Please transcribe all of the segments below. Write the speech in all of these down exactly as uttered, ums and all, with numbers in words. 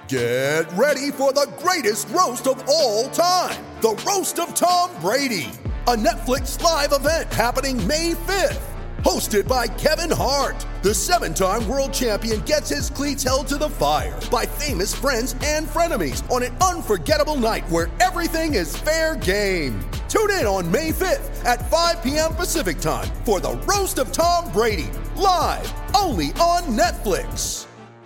Get ready for the greatest roast of all time, the Roast of Tom Brady, a Netflix live event happening May fifth. Hosted by Kevin Hart, the seven-time world champion gets his cleats held to the fire by famous friends and frenemies on an unforgettable night where everything is fair game. Tune in on May fifth at five p.m. Pacific time for the Roast of Tom Brady, live only on Netflix.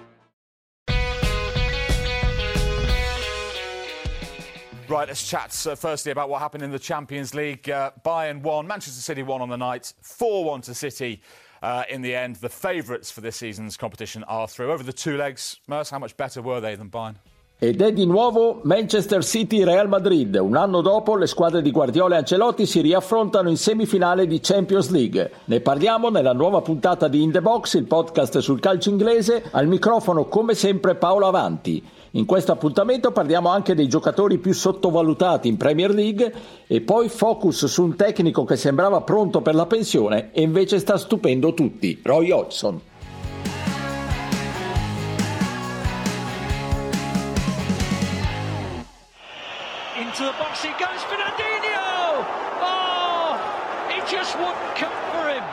Right, let's chat uh, firstly about what happened in the Champions League. Uh, Bayern won, Manchester City won on the night, four one to City uh, in the end. The favourites for this season's competition are through. Over the two legs, Merce, how much better were they than Bayern? Ed è di nuovo Manchester City-Real Madrid. Un anno dopo le squadre di Guardiola e Ancelotti si riaffrontano in semifinale di Champions League. Ne parliamo nella nuova puntata di In The Box, il podcast sul calcio inglese. Al microfono come sempre Paolo Avanti. In questo appuntamento parliamo anche dei giocatori più sottovalutati in Premier League e poi focus su un tecnico che sembrava pronto per la pensione e invece sta stupendo tutti, Roy Hodgson. Into the box he goes, Fernandinho! Oh, it just wouldn't come for him.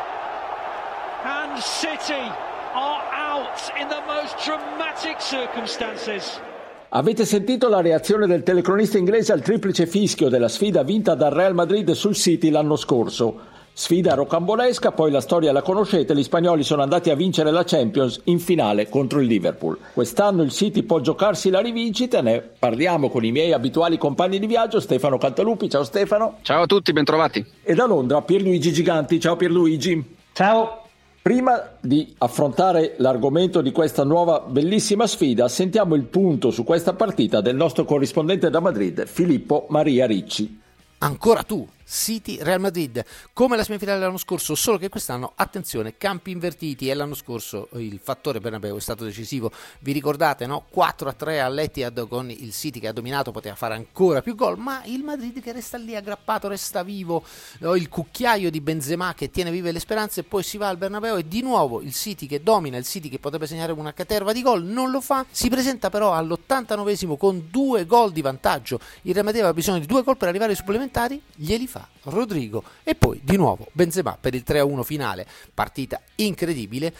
And City are out in the most dramatic circumstances. Avete sentito la reazione del telecronista inglese al triplice fischio della sfida vinta dal Real Madrid sul City l'anno scorso. Sfida rocambolesca, poi la storia la conoscete, gli spagnoli sono andati a vincere la Champions in finale contro il Liverpool. Quest'anno il City può giocarsi la rivincita, ne parliamo con i miei abituali compagni di viaggio, Stefano Cantalupi. Ciao Stefano. Ciao a tutti, bentrovati. E da Londra Pierluigi Giganti. Ciao Pierluigi. Ciao. Prima di affrontare l'argomento di questa nuova bellissima sfida, sentiamo il punto su questa partita del nostro corrispondente da Madrid, Filippo Maria Ricci. Ancora tu, City Real Madrid, come la semifinale dell'anno scorso, solo che quest'anno, attenzione, campi invertiti, e l'anno scorso il fattore Bernabeu è stato decisivo. Vi ricordate, no? quattro a tre all'Etihad con il City che ha dominato, poteva fare ancora più gol, ma il Madrid che resta lì aggrappato, resta vivo, il cucchiaio di Benzema che tiene vive le speranze, e poi si va al Bernabeu e di nuovo il City che domina, il City che potrebbe segnare una caterva di gol, non lo fa, si presenta però all'ottantanovesimo con due gol di vantaggio. Il Real Madrid aveva bisogno di due gol per arrivare ai supplementari, glieli fa Rodrigo e poi di nuovo Benzema per il tre a uno finale. Partita incredibile,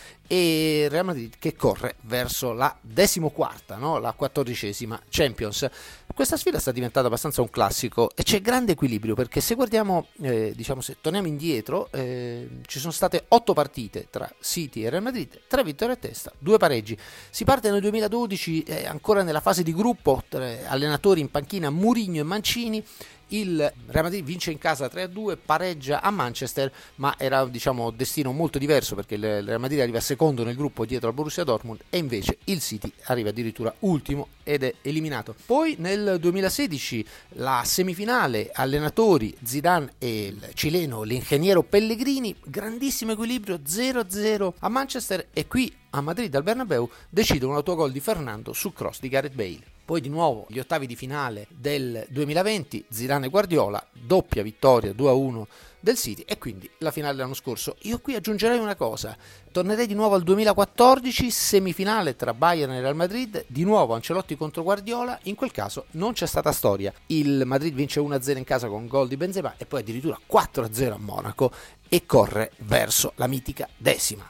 e Real Madrid che corre verso la decimoquarta, no? la quattordicesima Champions. Questa sfida sta diventando abbastanza un classico e c'è grande equilibrio, perché se guardiamo, eh, diciamo se torniamo indietro, eh, ci sono state otto partite tra City e Real Madrid, tre vittorie a testa, due pareggi. Si parte nel duemiladodici, eh, ancora nella fase di gruppo, tre allenatori in panchina, Mourinho e Mancini. Il Real Madrid vince in casa tre a due, pareggia a Manchester, ma era diciamo destino molto diverso, perché il Real Madrid arriva secondo nel gruppo dietro al Borussia Dortmund, e invece il City arriva addirittura ultimo ed è eliminato. Poi nel duemilasedici la semifinale, allenatori Zidane e il cileno, l'ingegnero Pellegrini, grandissimo equilibrio, zero a zero a Manchester, e qui a Madrid al Bernabeu decidono un autogol di Fernando su cross di Gareth Bale. Poi di nuovo gli ottavi di finale del duemilaventi, Zidane e Guardiola, doppia vittoria due a uno del City, e quindi la finale dell'anno scorso. Io qui aggiungerei una cosa, tornerei di nuovo al duemilaquattordici, semifinale tra Bayern e Real Madrid, di nuovo Ancelotti contro Guardiola, in quel caso non c'è stata storia, il Madrid vince uno a zero in casa con gol di Benzema e poi addirittura quattro a zero a Monaco e corre verso la mitica decima.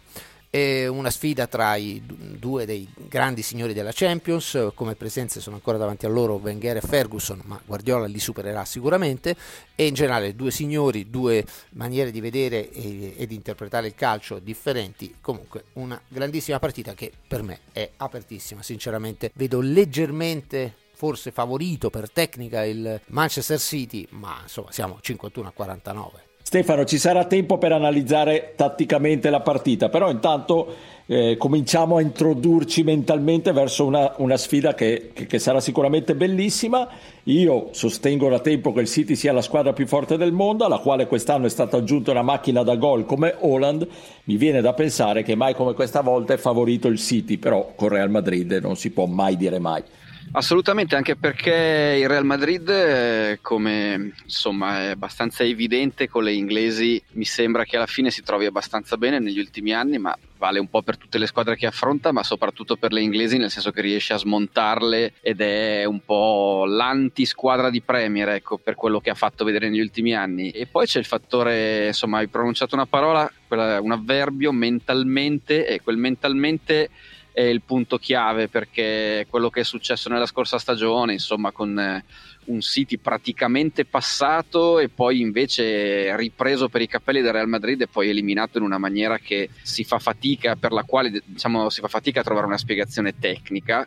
È una sfida tra i due dei grandi signori della Champions, come presenze sono ancora davanti a loro Wenger e Ferguson, ma Guardiola li supererà sicuramente, e in generale due signori, due maniere di vedere e, e di interpretare il calcio differenti. Comunque una grandissima partita che per me è apertissima, sinceramente vedo leggermente forse favorito per tecnica il Manchester City, ma insomma siamo cinquantuno a quarantanove. Stefano, ci sarà tempo per analizzare tatticamente la partita, però intanto eh, cominciamo a introdurci mentalmente verso una, una sfida che, che, che sarà sicuramente bellissima. Io sostengo da tempo che il City sia la squadra più forte del mondo, alla quale quest'anno è stata aggiunta una macchina da gol come Haaland. Mi viene da pensare che mai come questa volta è favorito il City, però con Real Madrid non si può mai dire mai. Assolutamente, anche perché il Real Madrid, eh, come insomma è abbastanza evidente con le inglesi, mi sembra che alla fine si trovi abbastanza bene negli ultimi anni, ma vale un po' per tutte le squadre che affronta, ma soprattutto per le inglesi, nel senso che riesce a smontarle ed è un po' l'anti-squadra di Premier, ecco, per quello che ha fatto vedere negli ultimi anni. E poi c'è il fattore, insomma, hai pronunciato una parola, quella, un avverbio, mentalmente, e quel mentalmente è il punto chiave, perché quello che è successo nella scorsa stagione, insomma, con eh, un City praticamente passato e poi invece ripreso per i capelli del Real Madrid e poi eliminato in una maniera che si fa fatica, per la quale diciamo si fa fatica a trovare una spiegazione tecnica.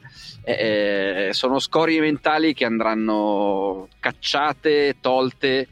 Eh, sono scorie mentali che andranno cacciate, tolte.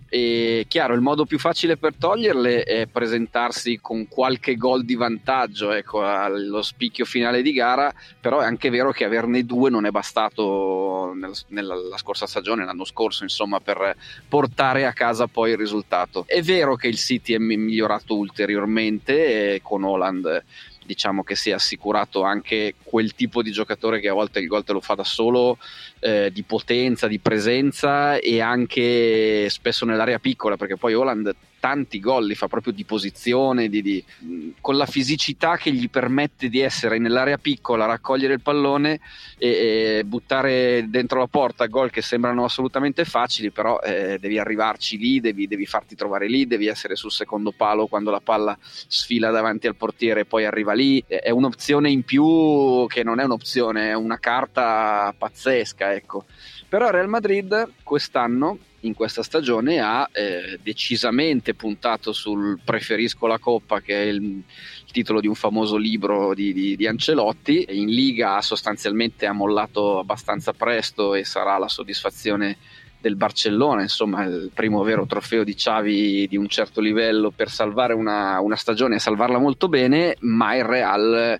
E chiaro, il modo più facile per toglierle è presentarsi con qualche gol di vantaggio, ecco, allo spicchio finale di gara, però è anche vero che averne due non è bastato nel, nella scorsa stagione, l'anno scorso, insomma, per portare a casa poi il risultato. È vero che il City è migliorato ulteriormente e con Haaland diciamo che si è assicurato anche quel tipo di giocatore che a volte il gol te lo fa da solo, eh, di potenza, di presenza e anche spesso nell'area piccola, perché poi Haaland tanti gol li fa proprio di posizione, di, di, con la fisicità che gli permette di essere nell'area piccola, raccogliere il pallone e, e buttare dentro la porta gol che sembrano assolutamente facili, però eh, devi arrivarci lì, devi, devi farti trovare lì, devi essere sul secondo palo quando la palla sfila davanti al portiere e poi arriva lì. È un'opzione in più che non è un'opzione, è una carta pazzesca, ecco. Però Real Madrid quest'anno, in questa stagione, ha eh, decisamente puntato sul preferisco la Coppa, che è il, il titolo di un famoso libro di, di, di Ancelotti. In Liga sostanzialmente ha mollato abbastanza presto e sarà la soddisfazione del Barcellona, insomma il primo vero trofeo di Xavi di un certo livello per salvare una, una stagione e salvarla molto bene, ma il Real,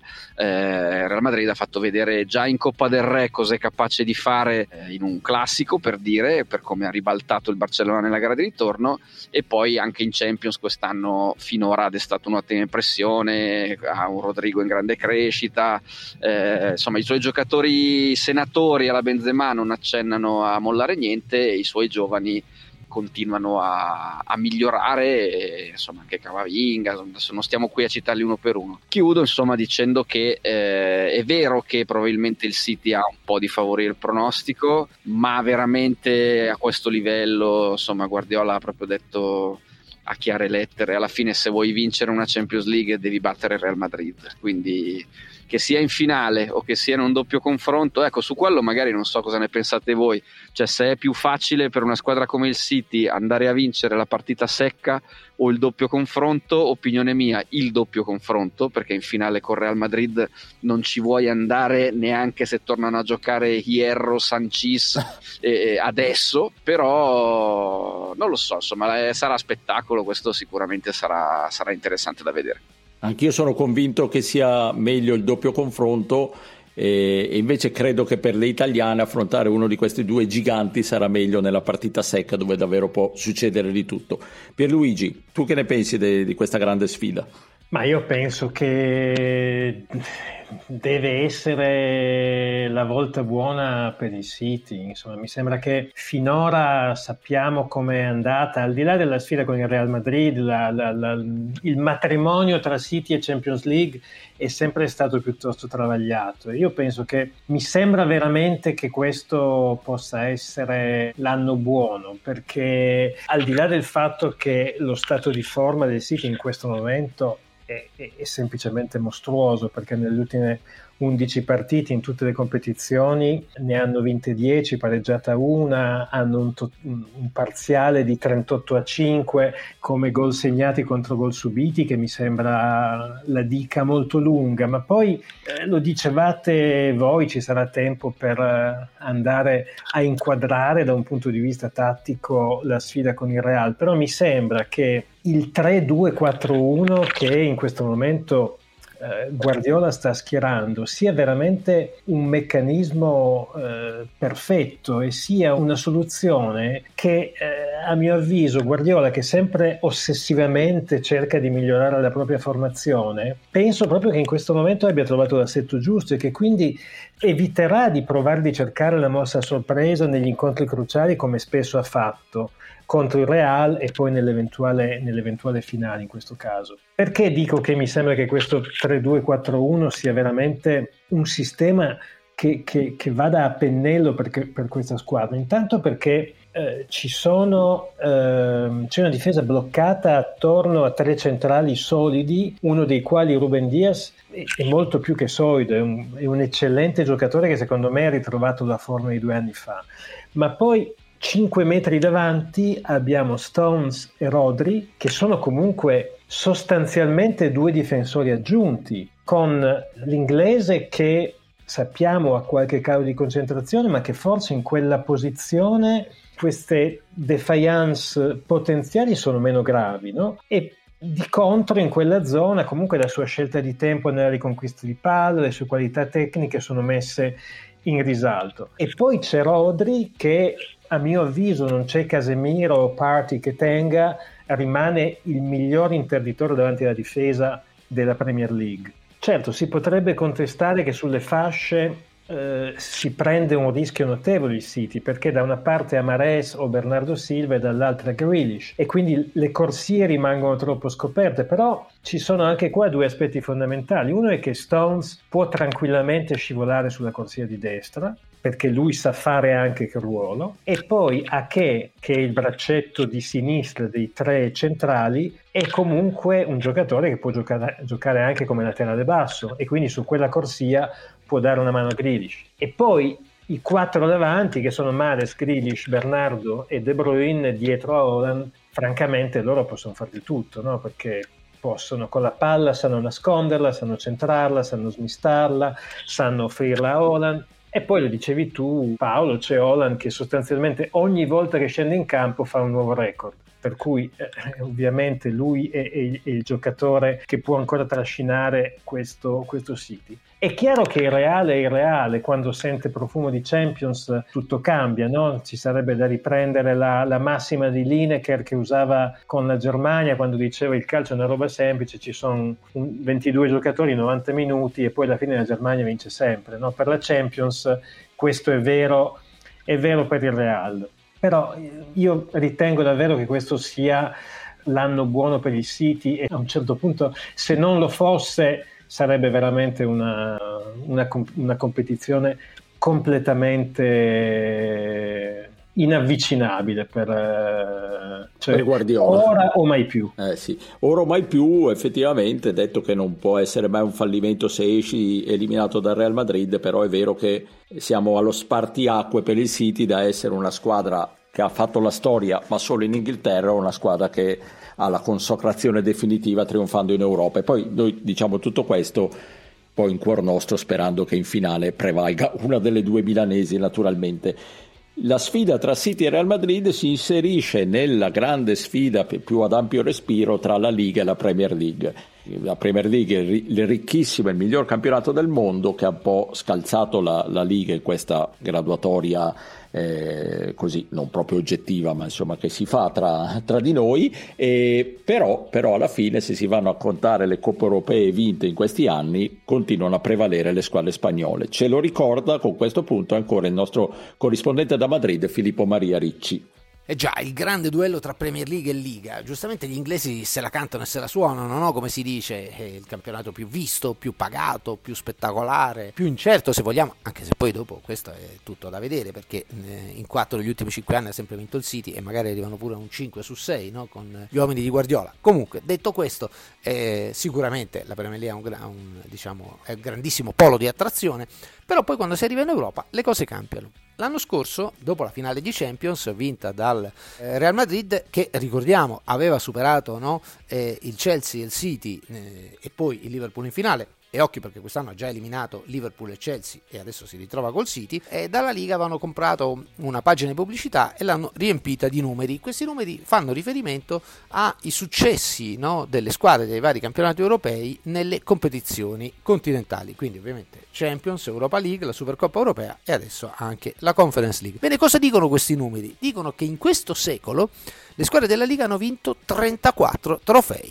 eh, Real Madrid ha fatto vedere già in Coppa del Re cosa è capace di fare eh, in un classico, per dire, per come ha ribaltato il Barcellona nella gara di ritorno, e poi anche in Champions quest'anno finora ha destato un'ottima impressione, ha un Rodrigo in grande crescita, eh, insomma i suoi giocatori senatori alla Benzema non accennano a mollare niente e i suoi giovani continuano a, a migliorare, e, insomma anche Camavinga, adesso non stiamo qui a citarli uno per uno. Chiudo insomma dicendo che eh, è vero che probabilmente il City ha un po' di favore il pronostico, ma veramente a questo livello, insomma Guardiola ha proprio detto a chiare lettere, alla fine se vuoi vincere una Champions League devi battere il Real Madrid, quindi che sia in finale o che sia in un doppio confronto, ecco, su quello magari non so cosa ne pensate voi, cioè se è più facile per una squadra come il City andare a vincere la partita secca o il doppio confronto. Opinione mia, il doppio confronto, perché in finale con Real Madrid non ci vuoi andare neanche se tornano a giocare Hierro, Sanchis eh, adesso, però non lo so, insomma sarà spettacolo, questo sicuramente sarà, sarà interessante da vedere. Anch'io sono convinto che sia meglio il doppio confronto e invece credo che per le italiane affrontare uno di questi due giganti sarà meglio nella partita secca, dove davvero può succedere di tutto. Pierluigi, tu che ne pensi de- di questa grande sfida? Ma io penso che deve essere la volta buona per il City, insomma mi sembra che finora sappiamo com'è andata, al di là della sfida con il Real Madrid, la, la, la, il matrimonio tra City e Champions League è sempre stato piuttosto travagliato. Io penso che mi sembra veramente che questo possa essere l'anno buono, perché al di là del fatto che lo stato di forma del City in questo momento È, è, è semplicemente mostruoso, perché nelle ultime undici partite in tutte le competizioni ne hanno vinte dieci, pareggiata una, hanno un, to- un parziale di trentotto a cinque come gol segnati contro gol subiti, che mi sembra la dica molto lunga, ma poi eh, lo dicevate voi, ci sarà tempo per eh, andare a inquadrare da un punto di vista tattico la sfida con il Real, però mi sembra che il tre due quattro uno che in questo momento eh, Guardiola sta schierando sia veramente un meccanismo eh, perfetto e sia una soluzione che eh, a mio avviso Guardiola, che sempre ossessivamente cerca di migliorare la propria formazione, penso proprio che in questo momento abbia trovato l'assetto giusto e che quindi eviterà di provare di cercare la mossa a sorpresa negli incontri cruciali come spesso ha fatto contro il Real e poi nell'eventuale, nell'eventuale finale in questo caso. Perché dico che mi sembra che questo tre due quattro uno sia veramente un sistema che, che, che vada a pennello per, per questa squadra? Intanto perché eh, ci sono, eh, c'è una difesa bloccata attorno a tre centrali solidi, uno dei quali Ruben Dias è, è molto più che solido, è un, è un eccellente giocatore che secondo me ha ritrovato la forma di due anni fa, ma poi cinque metri davanti abbiamo Stones e Rodri, che sono comunque sostanzialmente due difensori aggiunti, con l'inglese che sappiamo ha qualche calo di concentrazione, ma che forse in quella posizione queste defiance potenziali sono meno gravi, no? E di contro in quella zona comunque la sua scelta di tempo nella riconquista di palla, le sue qualità tecniche sono messe in risalto. E poi c'è Rodri che, a mio avviso, non c'è Casemiro o Partey che tenga, rimane il miglior interditore davanti alla difesa della Premier League. Certo, si potrebbe contestare che sulle fasce eh, si prende un rischio notevole il City, perché da una parte ha Mahrez o Bernardo Silva e dall'altra Grealish, e quindi le corsie rimangono troppo scoperte. Però ci sono anche qua due aspetti fondamentali. Uno è che Stones può tranquillamente scivolare sulla corsia di destra, perché lui sa fare anche quel ruolo, e poi Ake, che è il braccetto di sinistra dei tre centrali, è comunque un giocatore che può giocare, giocare anche come laterale basso, e quindi su quella corsia può dare una mano a Grealish. E poi i quattro davanti, che sono Mahrez, Grealish, Bernardo e De Bruyne dietro a Haaland, francamente loro possono fare di tutto, no? Perché possono con la palla, sanno nasconderla, sanno centrarla, sanno smistarla, sanno offrirla a Haaland. E poi lo dicevi tu, Paolo, c'è Haaland che sostanzialmente ogni volta che scende in campo fa un nuovo record, per cui eh, ovviamente lui è, è, è il giocatore che può ancora trascinare questo, questo City. È chiaro che il Reale è il Reale, quando sente profumo di Champions tutto cambia, no? Ci sarebbe da riprendere la, la massima di Lineker che usava con la Germania quando diceva il calcio è una roba semplice, ci sono ventidue giocatori, novanta minuti e poi alla fine la Germania vince sempre, no? Per la Champions questo è vero, è vero per il Real, però io ritengo davvero che questo sia l'anno buono per il City, e a un certo punto, se non lo fosse, sarebbe veramente una, una, una competizione completamente inavvicinabile per, cioè, per Guardiola. Ora o mai più. Eh sì, ora o mai più, effettivamente, detto che non può essere mai un fallimento se esci eliminato dal Real Madrid, però è vero che siamo allo spartiacque per il City da essere una squadra che ha fatto la storia ma solo in Inghilterra, una squadra che ha la consacrazione definitiva trionfando in Europa. E poi noi diciamo tutto questo poi in cuor nostro, sperando che in finale prevalga una delle due milanesi, naturalmente. La sfida tra City e Real Madrid si inserisce nella grande sfida più ad ampio respiro tra la Liga e la Premier League. La Premier League è il ricchissimo, il miglior campionato del mondo, che ha un po' scalzato la, la Liga in questa graduatoria eh, così non proprio oggettiva, ma insomma che si fa tra, tra di noi. E però, però alla fine, se si vanno a contare le coppe europee vinte in questi anni, continuano a prevalere le squadre spagnole. Ce lo ricorda con questo punto ancora il nostro corrispondente da Madrid, Filippo Maria Ricci. E già, il grande duello tra Premier League e Liga. Giustamente gli inglesi se la cantano e se la suonano, no? Come si dice, è il campionato più visto, più pagato, più spettacolare, più incerto se vogliamo, anche se poi dopo questo è tutto da vedere, perché in quattro degli ultimi cinque anni ha sempre vinto il City e magari arrivano pure a un cinque su sei, no? Con gli uomini di Guardiola. Comunque, detto questo, eh, sicuramente la Premier League è un, un, diciamo, è un grandissimo polo di attrazione, però poi quando si arriva in Europa le cose cambiano. L'anno scorso, dopo la finale di Champions vinta dal eh, Real Madrid, che ricordiamo aveva superato, no, eh, il Chelsea e il City eh, e poi il Liverpool in finale, e occhio perché quest'anno ha già eliminato Liverpool e Chelsea e adesso si ritrova col City, e dalla Liga avevano comprato una pagina di pubblicità e l'hanno riempita di numeri. Questi numeri fanno riferimento ai successi, no, delle squadre dei vari campionati europei nelle competizioni continentali, quindi ovviamente Champions, Europa League, la Supercoppa Europea e adesso anche la Conference League. Bene, cosa dicono questi numeri? Dicono che in questo secolo le squadre della Liga hanno vinto trentaquattro trofei,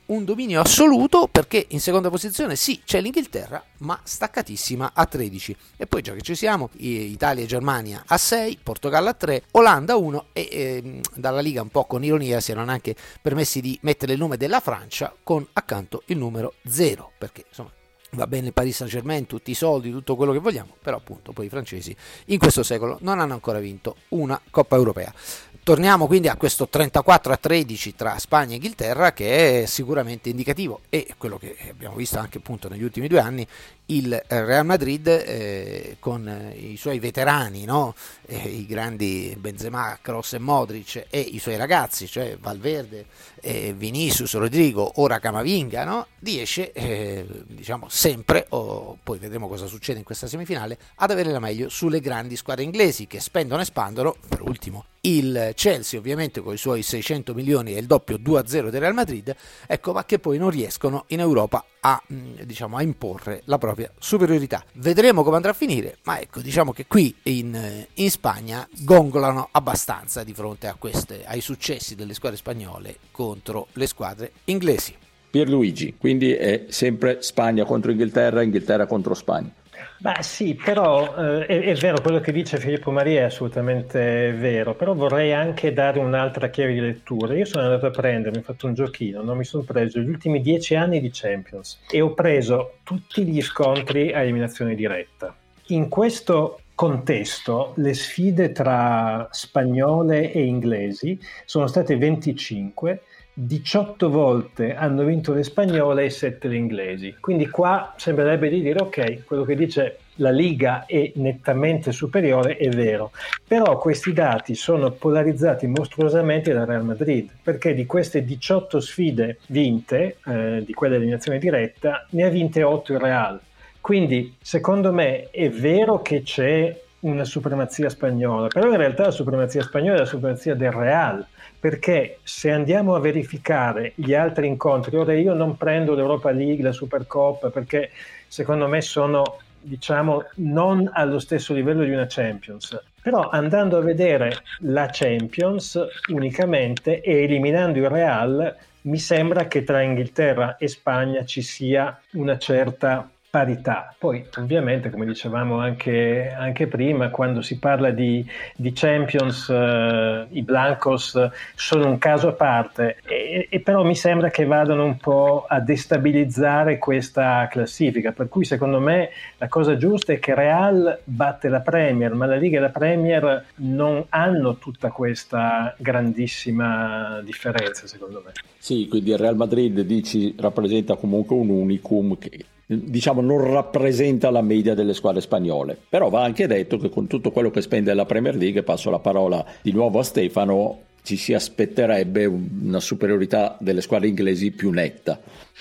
un dominio assoluto, perché in seconda posizione sì c'è l'Inghilterra, ma staccatissima a tredici, e poi già che ci siamo, Italia e Germania a sei, Portogallo a tre, Olanda a uno, e eh, dalla Liga un po' con ironia si erano anche permessi di mettere il nome della Francia con accanto il numero zero, perché insomma va bene il Paris Saint-Germain, tutti i soldi, tutto quello che vogliamo, però appunto poi i francesi in questo secolo non hanno ancora vinto una Coppa Europea. Torniamo quindi a questo trentaquattro a tredici tra Spagna e Inghilterra, che è sicuramente indicativo, e quello che abbiamo visto anche appunto negli ultimi due anni, il Real Madrid eh, con i suoi veterani, no? eh, i grandi Benzema, Kroos e Modric, e i suoi ragazzi, cioè Valverde, eh, Vinicius, Rodrigo, ora Camavinga, no? riesce eh, diciamo sempre, o poi vedremo cosa succede in questa semifinale, ad avere la meglio sulle grandi squadre inglesi che spendono e spandono. Per ultimo il Chelsea, ovviamente con i suoi seicento milioni e il doppio due a zero del Real Madrid, ecco, ma che poi non riescono in Europa a, diciamo, a imporre la propria superiorità. Vedremo come andrà a finire, ma ecco, diciamo che qui in, in Spagna gongolano abbastanza di fronte a queste, ai successi delle squadre spagnole contro le squadre inglesi. Pierluigi, quindi è sempre Spagna contro Inghilterra, Inghilterra contro Spagna. Beh sì, però eh, è, è vero quello che dice Filippo Maria, è assolutamente vero, però vorrei anche dare un'altra chiave di lettura. Io sono andato a prendermi, ho fatto un giochino, no? Mi sono preso gli ultimi dieci anni di Champions e ho preso tutti gli scontri a eliminazione diretta. In questo contesto le sfide tra spagnole e inglesi sono state venticinque, diciotto volte hanno vinto le spagnole e sette le inglesi, quindi qua sembrerebbe di dire ok, quello che dice la Liga è nettamente superiore, è vero, però questi dati sono polarizzati mostruosamente dal Real Madrid, perché di queste diciotto sfide vinte, eh, di quella eliminazione diretta, ne ha vinte otto il Real. Quindi secondo me è vero che c'è una supremazia spagnola, però in realtà la supremazia spagnola è la supremazia del Real, perché se andiamo a verificare gli altri incontri, ora io non prendo l'Europa League, la Supercoppa, perché secondo me sono, diciamo, non allo stesso livello di una Champions, però andando a vedere la Champions unicamente e eliminando il Real, mi sembra che tra Inghilterra e Spagna ci sia una certa parità. Poi ovviamente, come dicevamo anche, anche prima, quando si parla di, di Champions, eh, i Blancos sono un caso a parte, e, e però mi sembra che vadano un po' a destabilizzare questa classifica, per cui secondo me la cosa giusta è che Real batte la Premier, ma la Liga e la Premier non hanno tutta questa grandissima differenza, secondo me. Sì, quindi il Real Madrid, dici, rappresenta comunque un unicum che, diciamo, non rappresenta la media delle squadre spagnole, però va anche detto che con tutto quello che spende la Premier League, passo la parola di nuovo a Stefano, ci si aspetterebbe una superiorità delle squadre inglesi più netta.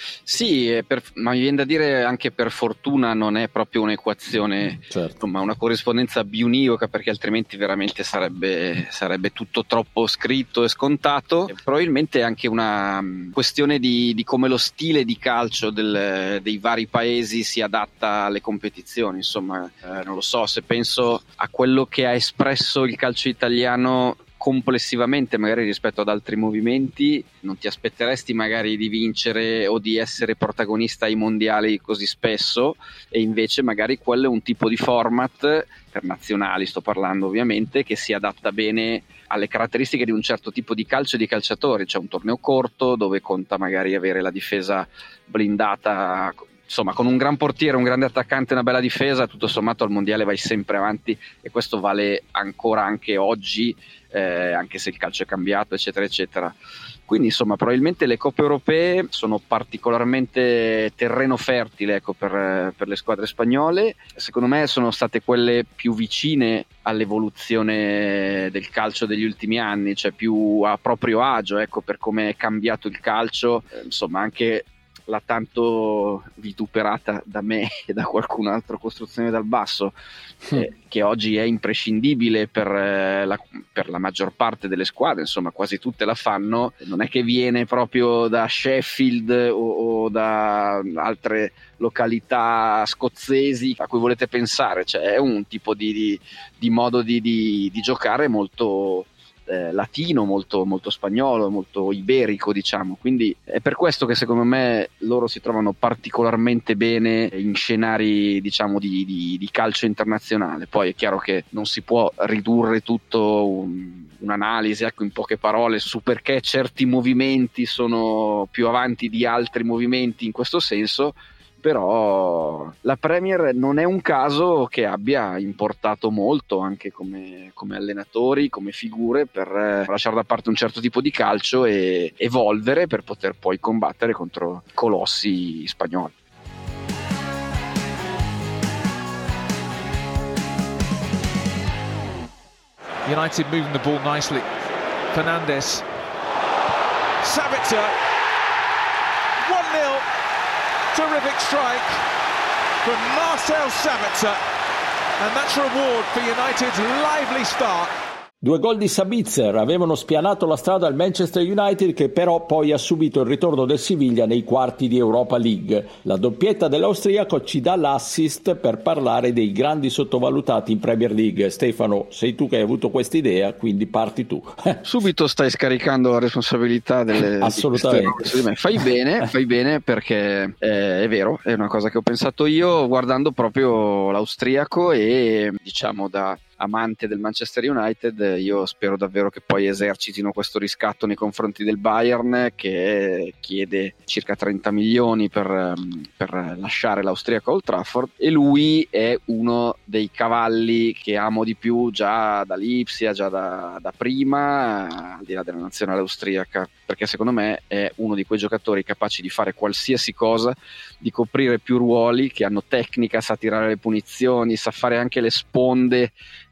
Sì, per, ma mi viene da dire anche per fortuna non è proprio un'equazione, certo, ma una corrispondenza biunivoca, perché altrimenti veramente sarebbe, sarebbe tutto troppo scritto e scontato. E probabilmente è anche una questione di, di come lo stile di calcio del, dei vari paesi si adatta alle competizioni. Insomma, eh, non lo so, se penso a quello che ha espresso il calcio italiano complessivamente magari rispetto ad altri movimenti, non ti aspetteresti magari di vincere o di essere protagonista ai mondiali così spesso, e invece magari quello è un tipo di format, per nazionali sto parlando ovviamente, che si adatta bene alle caratteristiche di un certo tipo di calcio e di calciatori. C'è un torneo corto dove conta magari avere la difesa blindata, insomma, con un gran portiere, un grande attaccante e una bella difesa, tutto sommato al mondiale vai sempre avanti, e questo vale ancora anche oggi, eh, anche se il calcio è cambiato, eccetera eccetera. Quindi insomma probabilmente le coppe europee sono particolarmente terreno fertile, ecco, per, per le squadre spagnole. Secondo me sono state quelle più vicine all'evoluzione del calcio degli ultimi anni, cioè più a proprio agio, ecco, per come è cambiato il calcio, eh, insomma anche la tanto vituperata da me e da qualcun altro costruzione dal basso, eh, che oggi è imprescindibile per, eh, la, per la maggior parte delle squadre, insomma quasi tutte la fanno, non è che viene proprio da Sheffield o, o da altre località scozzesi a cui volete pensare, cioè è un tipo di, di, di modo di, di, di giocare molto eh, latino, molto, molto spagnolo, molto iberico, diciamo. Quindi è per questo che secondo me loro si trovano particolarmente bene in scenari, diciamo, di, di, di calcio internazionale. Poi è chiaro che non si può ridurre tutto un, un'analisi, ecco, in poche parole su perché certi movimenti sono più avanti di altri movimenti in questo senso. Però la Premier non è un caso che abbia importato molto anche come, come allenatori, come figure, per eh, lasciare da parte un certo tipo di calcio e evolvere per poter poi combattere contro colossi spagnoli. United moving the ball nicely. Fernandes, Sabitzer, one nil. Terrific strike from Marcel Sabitzer, and that's reward for United's lively start. Due gol di Sabitzer avevano spianato la strada al Manchester United, che però poi ha subito il ritorno del Siviglia nei quarti di Europa League. La doppietta dell'austriaco ci dà l'assist per parlare dei grandi sottovalutati in Premier League. Stefano, sei tu che hai avuto questa idea, quindi parti tu. Subito stai scaricando la responsabilità delle assolutamente di fai bene, fai bene perché è, è vero, è una cosa che ho pensato io guardando proprio l'austriaco e diciamo da amante del Manchester United, io spero davvero che poi esercitino questo riscatto nei confronti del Bayern, che chiede circa trenta milioni per, per lasciare l'austriaco a Old Trafford, e lui è uno dei cavalli che amo di più già da Lipsia, già da, da prima, al di là della nazionale austriaca, perché secondo me è uno di quei giocatori capaci di fare qualsiasi cosa, di coprire più ruoli, che hanno tecnica, sa tirare le punizioni, sa fare anche le sponde.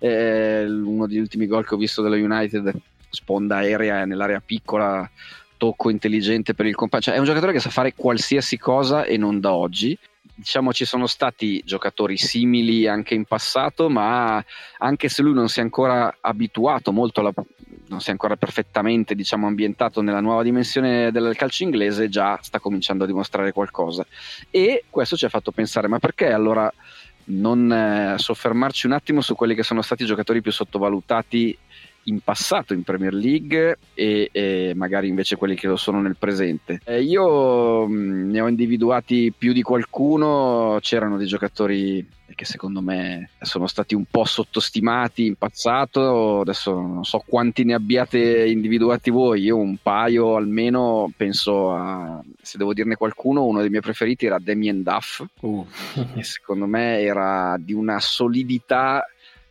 Eh, uno degli ultimi gol che ho visto della United, sponda aerea nell'area piccola, tocco intelligente per il compagno, cioè è un giocatore che sa fare qualsiasi cosa e non da oggi. Diciamo ci sono stati giocatori simili anche in passato, ma anche se lui non si è ancora abituato molto alla, non si è ancora perfettamente diciamo ambientato nella nuova dimensione del calcio inglese, già sta cominciando a dimostrare qualcosa, e questo ci ha fatto pensare: ma perché allora non eh, soffermarci un attimo su quelli che sono stati i giocatori più sottovalutati in passato in Premier League e, e magari invece quelli che lo sono nel presente. Eh, io mh, ne ho individuati più di qualcuno. C'erano dei giocatori che secondo me sono stati un po' sottostimati in passato, adesso non so quanti ne abbiate individuati voi, io un paio almeno. Penso a, se devo dirne qualcuno, uno dei miei preferiti era Damien Duff, uh. che secondo me era di una solidità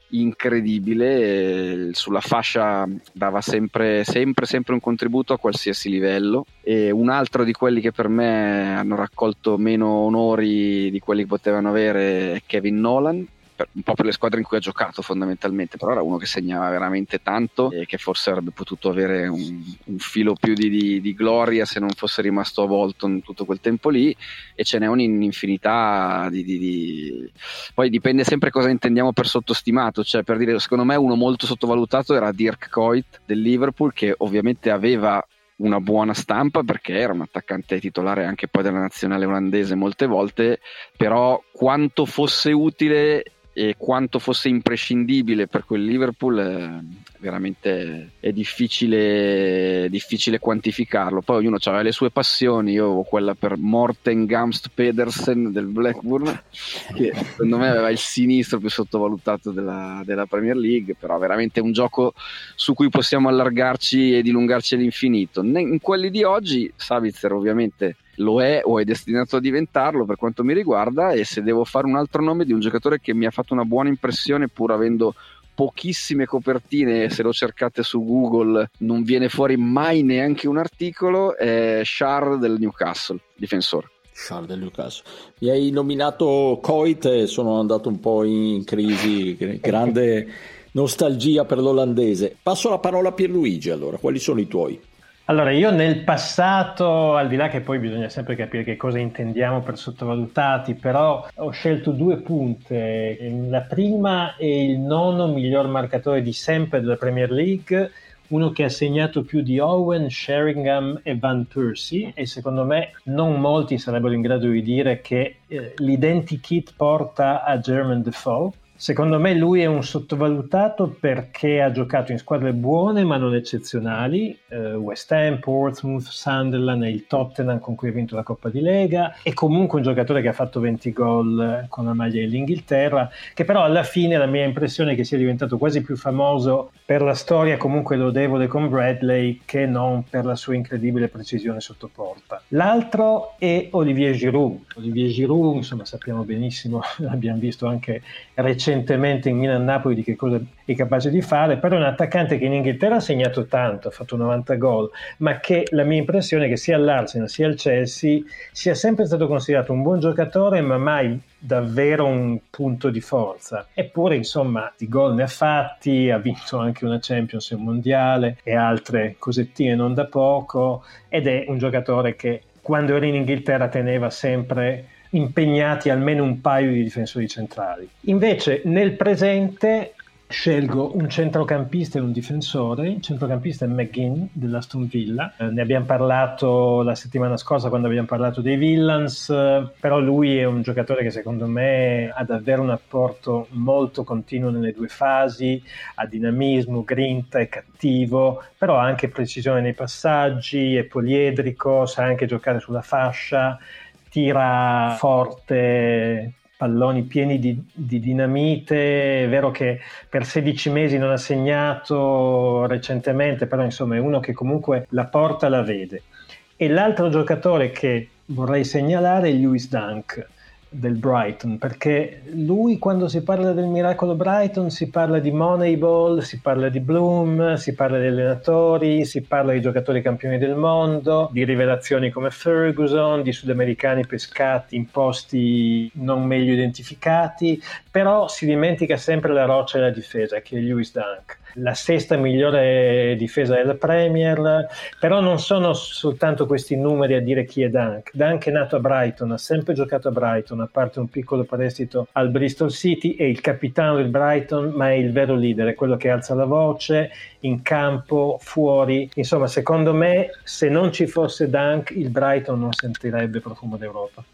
incredibile, sulla fascia dava sempre sempre sempre un contributo a qualsiasi livello. E un altro di quelli che per me hanno raccolto meno onori di quelli che potevano avere è Kevin Nolan, per, un po' per le squadre in cui ha giocato fondamentalmente, però era uno che segnava veramente tanto e che forse avrebbe potuto avere un, un filo più di, di, di gloria se non fosse rimasto avvolto in tutto quel tempo lì. E ce n'è un'infinità di, di, di... poi dipende sempre cosa intendiamo per sottostimato, cioè per dire, secondo me uno molto sottovalutato era Dirk Kuyt del Liverpool, che ovviamente aveva una buona stampa perché era un attaccante titolare anche poi della nazionale olandese molte volte, però quanto fosse utile e quanto fosse imprescindibile per quel Liverpool eh, veramente è difficile difficile quantificarlo. Poi ognuno aveva le sue passioni. Io avevo quella per Morten Gamst Pedersen del Blackburn, che secondo me aveva il sinistro più sottovalutato della, della Premier League, però veramente un gioco su cui possiamo allargarci e dilungarci all'infinito. In quelli di oggi Sabitzer ovviamente lo è o è destinato a diventarlo per quanto mi riguarda, e se devo fare un altro nome di un giocatore che mi ha fatto una buona impressione pur avendo pochissime copertine, se lo cercate su Google non viene fuori mai neanche un articolo, è Schär del Newcastle, difensore. Schär del Newcastle. Mi hai nominato Kuyt e sono andato un po' in crisi, grande nostalgia per l'olandese. Passo la parola a Pierluigi, allora, quali sono i tuoi? Allora, io nel passato, al di là che poi bisogna sempre capire che cosa intendiamo per sottovalutati, però ho scelto due punte. La prima è il nono miglior marcatore di sempre della Premier League, uno che ha segnato più di Owen, Sheringham e Van Persie, e secondo me non molti sarebbero in grado di dire che eh, l'identikit porta a Jermaine Defoe. Secondo me lui è un sottovalutato perché ha giocato in squadre buone ma non eccezionali, eh, West Ham, Portsmouth, Sunderland e il Tottenham con cui ha vinto la Coppa di Lega, e comunque un giocatore che ha fatto venti gol con la maglia dell'Inghilterra, che però alla fine la mia impressione è che sia diventato quasi più famoso per la storia comunque lodevole con Bradley che non per la sua incredibile precisione sotto porta. L'altro è Olivier Giroud. Olivier Giroud, insomma, sappiamo benissimo, l'abbiamo visto anche recentemente in Milan-Napoli di che cosa è capace di fare, però è un attaccante che in Inghilterra ha segnato tanto, ha fatto novanta gol, ma che la mia impressione è che sia all'Arsenal sia al Chelsea sia sempre stato considerato un buon giocatore ma mai davvero un punto di forza. Eppure insomma di gol ne ha fatti, ha vinto anche una Champions e un mondiale e altre cosettine non da poco, ed è un giocatore che quando era in Inghilterra teneva sempre impegnati almeno un paio di difensori centrali. Invece nel presente scelgo un centrocampista e un difensore. Il centrocampista è McGinn dell'Aston Villa, eh, ne abbiamo parlato la settimana scorsa quando abbiamo parlato dei Villans, eh, però lui è un giocatore che secondo me ha davvero un apporto molto continuo nelle due fasi, ha dinamismo, grinta, è cattivo, però ha anche precisione nei passaggi, è poliedrico, sa anche giocare sulla fascia, tira forte, palloni pieni di, di dinamite. È vero che per sedici mesi non ha segnato recentemente, però insomma è uno che comunque la porta la vede. E l'altro giocatore che vorrei segnalare è Lewis Dunk del Brighton, perché lui, quando si parla del miracolo Brighton, si parla di Moneyball, si parla di Bloom, si parla di allenatori, si parla di giocatori campioni del mondo, di rivelazioni come Ferguson, di sudamericani pescati in posti non meglio identificati, però si dimentica sempre la roccia della difesa, che è Lewis Dunk, la sesta migliore difesa della Premier. Però non sono soltanto questi numeri a dire chi è Dunk. Dunk è nato a Brighton, ha sempre giocato a Brighton, a parte un piccolo prestito al Bristol City, è il capitano del Brighton, ma è il vero leader, è quello che alza la voce in campo, fuori. Insomma, secondo me, se non ci fosse Dunk, il Brighton non sentirebbe profumo d'Europa.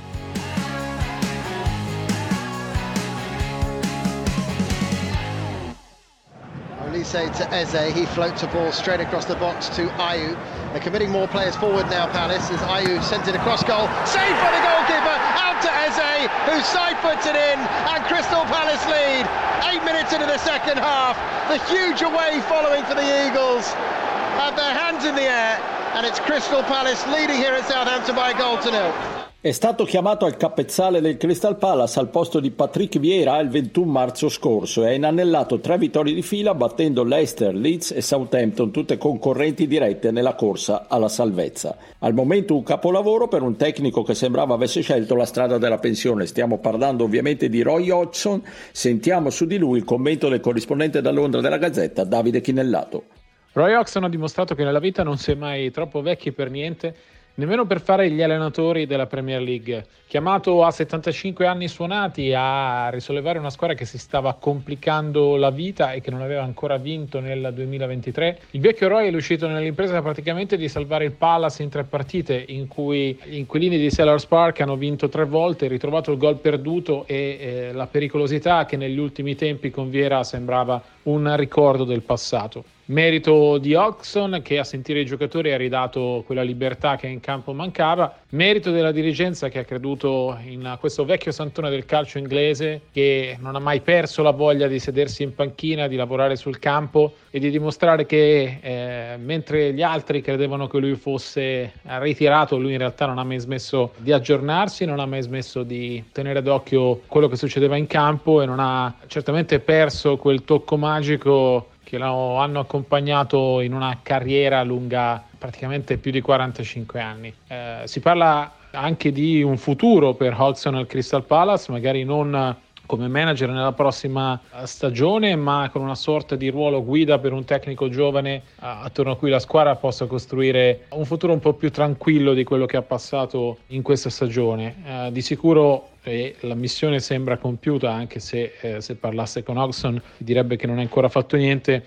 Olise to Eze, he floats a ball straight across the box to Ayew. They're committing more players forward now, Palace, as Ayew sent it across goal. Saved by the goalkeeper, out to Eze, who side puts it in, and Crystal Palace lead. Eight minutes into the second half, the huge away following for the Eagles have their hands in the air, and it's Crystal Palace leading here at Southampton by a goal to nil. È stato chiamato al capezzale del Crystal Palace al posto di Patrick Vieira il ventuno marzo scorso e ha inanellato tre vittorie di fila battendo Leicester, Leeds e Southampton, tutte concorrenti dirette nella corsa alla salvezza. Al momento un capolavoro per un tecnico che sembrava avesse scelto la strada della pensione. Stiamo parlando ovviamente di Roy Hodgson. Sentiamo su di lui il commento del corrispondente da Londra della Gazzetta, Davide Chinellato. Roy Hodgson ha dimostrato che nella vita non si è mai troppo vecchi per niente, nemmeno per fare gli allenatori della Premier League. Chiamato a settantacinque anni suonati a risollevare una squadra che si stava complicando la vita e che non aveva ancora vinto nel duemilaventitré, il vecchio Roy è riuscito nell'impresa praticamente di salvare il Palace in tre partite, in cui gli inquilini di Selhurst Park hanno vinto tre volte, ritrovato il gol perduto e eh, la pericolosità che negli ultimi tempi con Vieira sembrava un ricordo del passato. Merito di Hodgson, che a sentire i giocatori ha ridato quella libertà che in campo mancava. Merito della dirigenza, che ha creduto in questo vecchio santone del calcio inglese, che non ha mai perso la voglia di sedersi in panchina, di lavorare sul campo e di dimostrare che eh, mentre gli altri credevano che lui fosse ritirato, lui in realtà non ha mai smesso di aggiornarsi, non ha mai smesso di tenere d'occhio quello che succedeva in campo e non ha certamente perso quel tocco magico che lo hanno accompagnato in una carriera lunga praticamente più di quarantacinque anni. Eh, si parla anche di un futuro per Hodgson al Crystal Palace, magari non come manager nella prossima stagione, ma con una sorta di ruolo guida per un tecnico giovane attorno a cui la squadra possa costruire un futuro un po' più tranquillo di quello che ha passato in questa stagione. Eh, di sicuro e la missione sembra compiuta, anche se eh, se parlasse con Hodgson direbbe che non ha ancora fatto niente.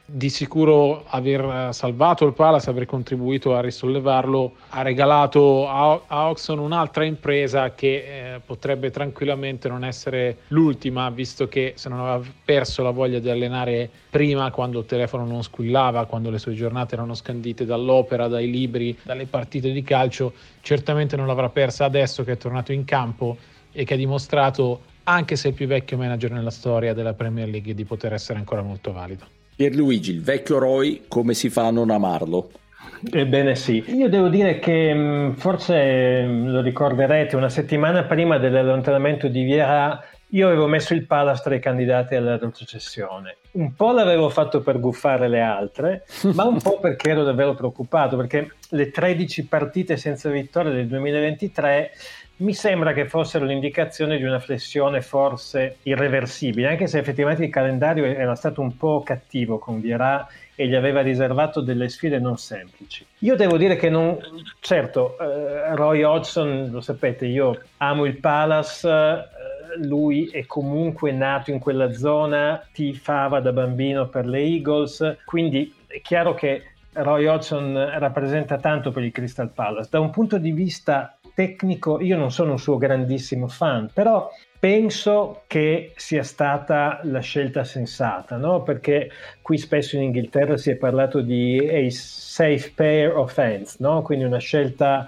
di sicuro aver salvato il Palace, aver contribuito a risollevarlo, ha regalato a, a Oxon un'altra impresa che eh, potrebbe tranquillamente non essere l'ultima, visto che se non aveva perso la voglia di allenare prima, quando il telefono non squillava, quando le sue giornate erano scandite dall'opera, dai libri, dalle partite di calcio, certamente non l'avrà persa adesso che è tornato in campo e che ha dimostrato, anche se il più vecchio manager nella storia della Premier League, di poter essere ancora molto valido. Pierluigi, il vecchio Roy, come si fa a non amarlo? Ebbene sì, io devo dire che forse lo ricorderete, una settimana prima dell'allontanamento di Vieira io avevo messo il Palace tra i candidati alla retrocessione. Un po' l'avevo fatto per guffare le altre, ma un po' perché ero davvero preoccupato, perché le tredici partite senza vittoria del duemilaventitré mi sembra che fossero l'indicazione di una flessione forse irreversibile, anche se effettivamente il calendario era stato un po' cattivo con Vieira e gli aveva riservato delle sfide non semplici. Io devo dire che non, certo, eh, Roy Hodgson, lo sapete, io amo il Palace, eh, lui è comunque nato in quella zona, tifava da bambino per le Eagles, quindi è chiaro che Roy Hodgson rappresenta tanto per il Crystal Palace. Da un punto di vista tecnico io non sono un suo grandissimo fan, però penso che sia stata la scelta sensata, no? Perché qui spesso in Inghilterra si è parlato di a safe pair of hands, no? Quindi una scelta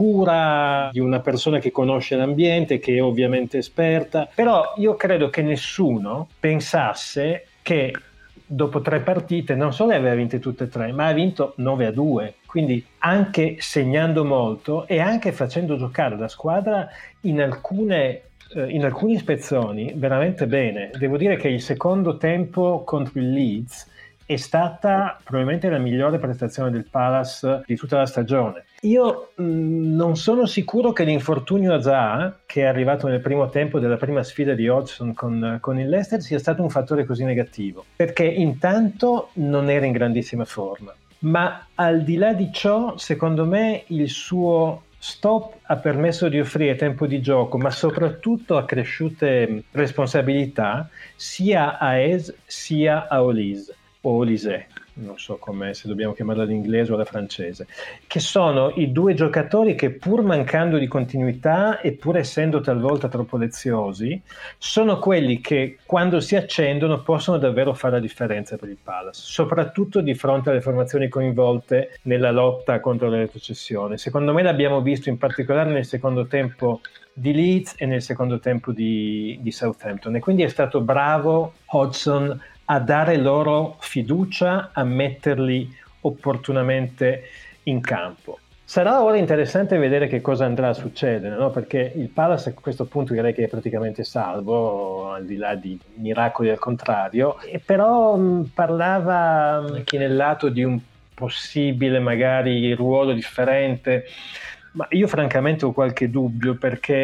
sicura di una persona che conosce l'ambiente, che è ovviamente esperta, però io credo che nessuno pensasse che dopo tre partite non solo aveva vinte tutte e tre, ma ha vinto nove a due, quindi anche segnando molto e anche facendo giocare la squadra in alcune eh, in alcuni spezzoni veramente bene. Devo dire che il secondo tempo contro il Leeds è stata probabilmente la migliore prestazione del Palace di tutta la stagione. Io mh, non sono sicuro che l'infortunio a Zaha, che è arrivato nel primo tempo della prima sfida di Hodgson con, con il Leicester, sia stato un fattore così negativo, perché intanto non era in grandissima forma, ma al di là di ciò, secondo me il suo stop ha permesso di offrire tempo di gioco, ma soprattutto accresciute responsabilità sia a Ez sia a Olise o Olise, non so come, se dobbiamo chiamarla all'inglese o alla francese, che sono i due giocatori che, pur mancando di continuità e pur essendo talvolta troppo leziosi, sono quelli che quando si accendono possono davvero fare la differenza per il Palace, soprattutto di fronte alle formazioni coinvolte nella lotta contro la retrocessione. Secondo me l'abbiamo visto in particolare nel secondo tempo di Leeds e nel secondo tempo di, di Southampton, e quindi è stato bravo Hodgson a dare loro fiducia, a metterli opportunamente in campo. Sarà ora interessante vedere che cosa andrà a succedere, no? Perché il Palace a questo punto direi che è praticamente salvo, al di là di miracoli al contrario, e però mh, parlava chi nel lato di un possibile magari ruolo differente. Ma io francamente ho qualche dubbio,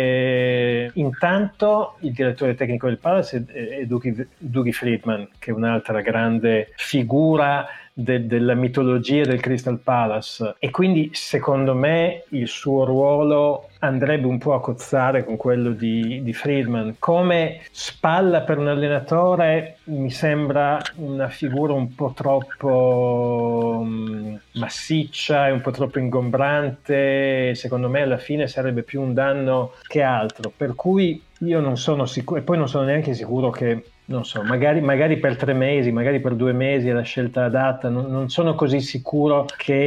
perché intanto il direttore tecnico del Palace è, è Dougie Freedman, che è un'altra grande figura de, della mitologia del Crystal Palace, e quindi secondo me il suo ruolo andrebbe un po' a cozzare con quello di, di Freedman. Come spalla per un allenatore mi sembra una figura un po' troppo um, massiccia e un po' troppo ingombrante. Secondo me alla fine sarebbe più un danno che altro, per cui io non sono sicuro, e poi non sono neanche sicuro che, non so, magari, magari per tre mesi, magari per due mesi è la scelta adatta. Non, non sono così sicuro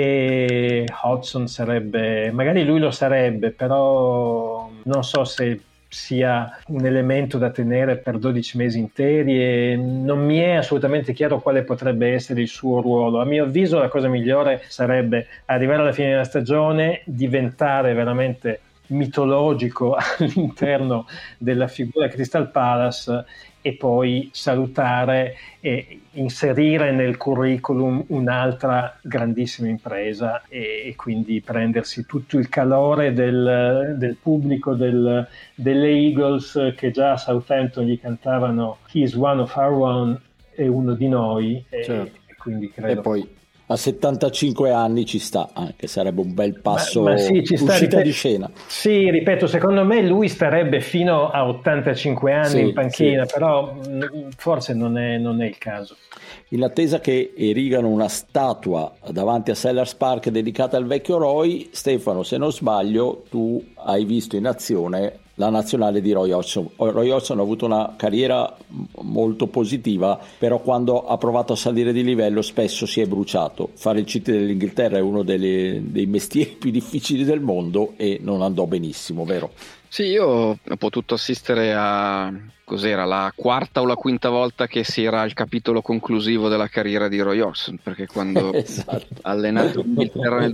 che Hodgson sarebbe, magari lui lo sarebbe, però non so se sia un elemento da tenere per dodici mesi interi, e non mi è assolutamente chiaro quale potrebbe essere il suo ruolo. A mio avviso la cosa migliore sarebbe arrivare alla fine della stagione, diventare veramente mitologico all'interno della figura Crystal Palace e poi salutare e inserire nel curriculum un'altra grandissima impresa, e, e quindi prendersi tutto il calore del, del pubblico del, delle Eagles, che già a Southampton gli cantavano "He's one of our own", è uno di noi, e, certo. e quindi credo... E poi a settantacinque anni ci sta, anche sarebbe un bel passo, ma, ma sì, ci sta, uscita ripeto, di scena. Sì, ripeto, secondo me lui starebbe fino a ottantacinque anni sì, in panchina, sì. Però forse non è, non è il caso. In attesa che erigano una statua davanti a Sellers Park dedicata al vecchio Roy, Stefano, se non sbaglio, tu hai visto in azione la nazionale di Roy Hodgson. Roy Hodgson ha avuto una carriera molto positiva, però quando ha provato a salire di livello spesso si è bruciato. Fare il C T dell'Inghilterra è uno delle, dei mestieri più difficili del mondo e non andò benissimo, vero? Sì, io ho potuto assistere a, cos'era, la quarta o la quinta volta che si era al capitolo conclusivo della carriera di Roy Hodgson, perché quando esatto. ha allenato l'Inghilterra nel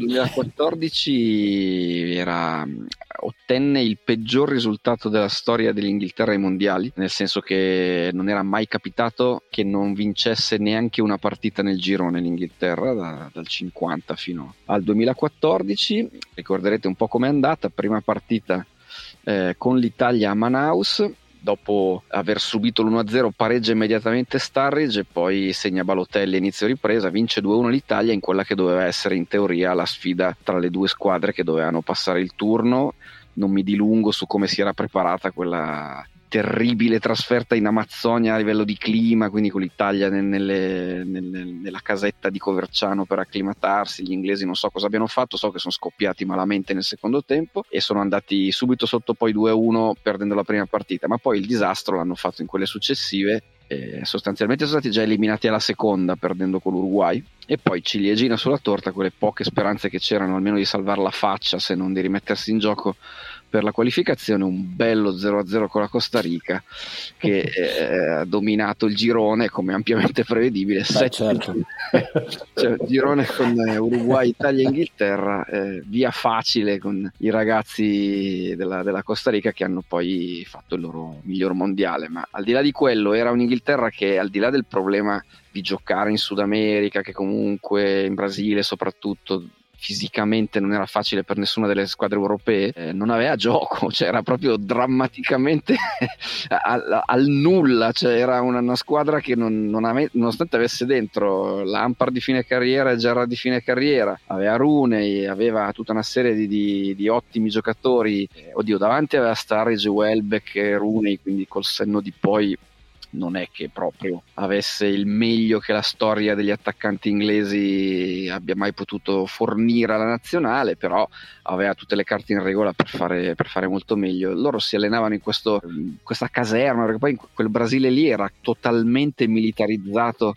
duemilaquattordici era, ottenne il peggior risultato della storia dell'Inghilterra ai mondiali, nel senso che non era mai capitato che non vincesse neanche una partita nel girone l'Inghilterra da, dal cinquanta fino al duemilaquattordici. Ricorderete un po' com'è andata: prima partita Eh, con l'Italia a Manaus, dopo aver subito l'uno a zero pareggia immediatamente Sturridge e poi segna Balotelli a inizio ripresa, vince due a uno l'Italia in quella che doveva essere in teoria la sfida tra le due squadre che dovevano passare il turno. Non mi dilungo su come si era preparata quella terribile trasferta in Amazzonia a livello di clima, quindi con l'Italia nelle, nelle, nella casetta di Coverciano per acclimatarsi. Gli inglesi non so cosa abbiano fatto, so che sono scoppiati malamente nel secondo tempo e sono andati subito sotto poi due a uno perdendo la prima partita, ma poi il disastro l'hanno fatto in quelle successive. Eh, sostanzialmente sono stati già eliminati alla seconda perdendo con l'Uruguay e poi ciliegina sulla torta, quelle poche speranze che c'erano almeno di salvare la faccia se non di rimettersi in gioco per la qualificazione, un bello zero a zero con la Costa Rica che eh, ha dominato il girone come ampiamente prevedibile. Beh, certo. Cioè, girone con Uruguay, Italia e Inghilterra, eh, via facile con i ragazzi della, della Costa Rica che hanno poi fatto il loro miglior mondiale. Ma al di là di quello era un'Inghilterra che, al di là del problema di giocare in Sud America, che comunque in Brasile soprattutto fisicamente non era facile per nessuna delle squadre europee, eh, non aveva gioco, cioè era proprio drammaticamente al, al nulla, cioè era una, una squadra che non, non ave, nonostante avesse dentro Lampard di fine carriera e Gerrard di fine carriera, aveva Rooney, aveva tutta una serie di, di, di ottimi giocatori, eh, oddio, davanti aveva Sturridge, Welbeck e Rooney, quindi col senno di poi non è che proprio avesse il meglio che la storia degli attaccanti inglesi abbia mai potuto fornire alla nazionale, però aveva tutte le carte in regola per fare, per fare molto meglio. Loro si allenavano in questo, questa caserma, perché poi quel Brasile lì era totalmente militarizzato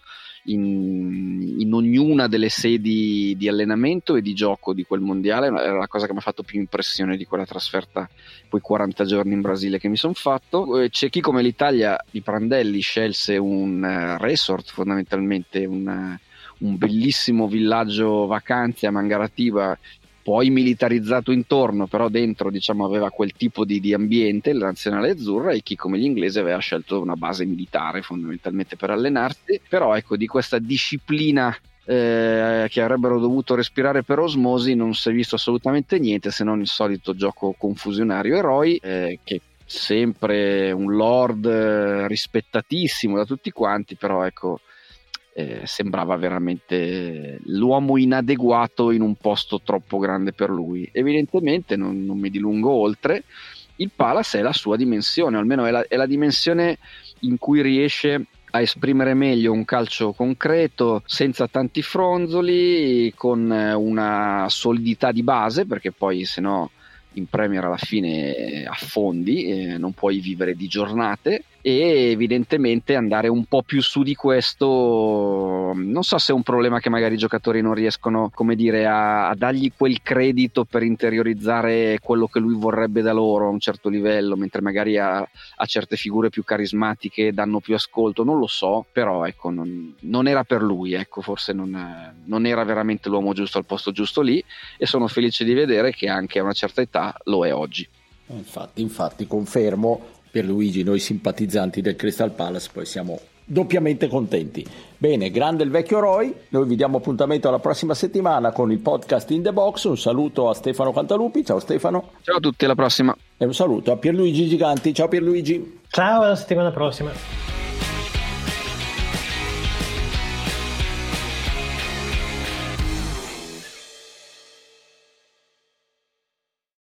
in, in ognuna delle sedi di allenamento e di gioco di quel mondiale. Era la cosa che mi ha fatto più impressione di quella trasferta, quei quaranta giorni in Brasile che mi sono fatto. C'è chi come l'Italia di Prandelli scelse un resort, fondamentalmente un, un bellissimo villaggio vacanze a Mangaratiba, poi militarizzato intorno, però dentro diciamo aveva quel tipo di, di ambiente, la nazionale azzurra, e chi come gli inglesi aveva scelto una base militare fondamentalmente per allenarsi. Però ecco, di questa disciplina eh, che avrebbero dovuto respirare per osmosi non si è visto assolutamente niente, se non il solito gioco confusionario eroi, eh, che sempre un lord eh, rispettatissimo da tutti quanti, però ecco Eh, sembrava veramente l'uomo inadeguato in un posto troppo grande per lui. Evidentemente non, non mi dilungo oltre, il Palace è la sua dimensione, o almeno è la, è la dimensione in cui riesce a esprimere meglio un calcio concreto, senza tanti fronzoli, con una solidità di base, perché poi se no in Premier alla fine affondi, eh, non puoi vivere di giornate, e evidentemente andare un po' più su di questo non so se è un problema che magari i giocatori non riescono, come dire, a, a dargli quel credito per interiorizzare quello che lui vorrebbe da loro a un certo livello, mentre magari a, a certe figure più carismatiche danno più ascolto, non lo so, però ecco non, non era per lui, ecco forse non, non era veramente l'uomo giusto al posto giusto lì, e sono felice di vedere che anche a una certa età lo è oggi. Infatti, infatti confermo. Pierluigi, noi simpatizzanti del Crystal Palace poi siamo doppiamente contenti. Bene, grande il vecchio Roy, noi vi diamo appuntamento alla prossima settimana con il podcast In The Box. Un saluto a Stefano Cantalupi, ciao Stefano. Ciao a tutti, alla prossima. E un saluto a Pierluigi Giganti, ciao Pierluigi. Ciao, alla settimana prossima.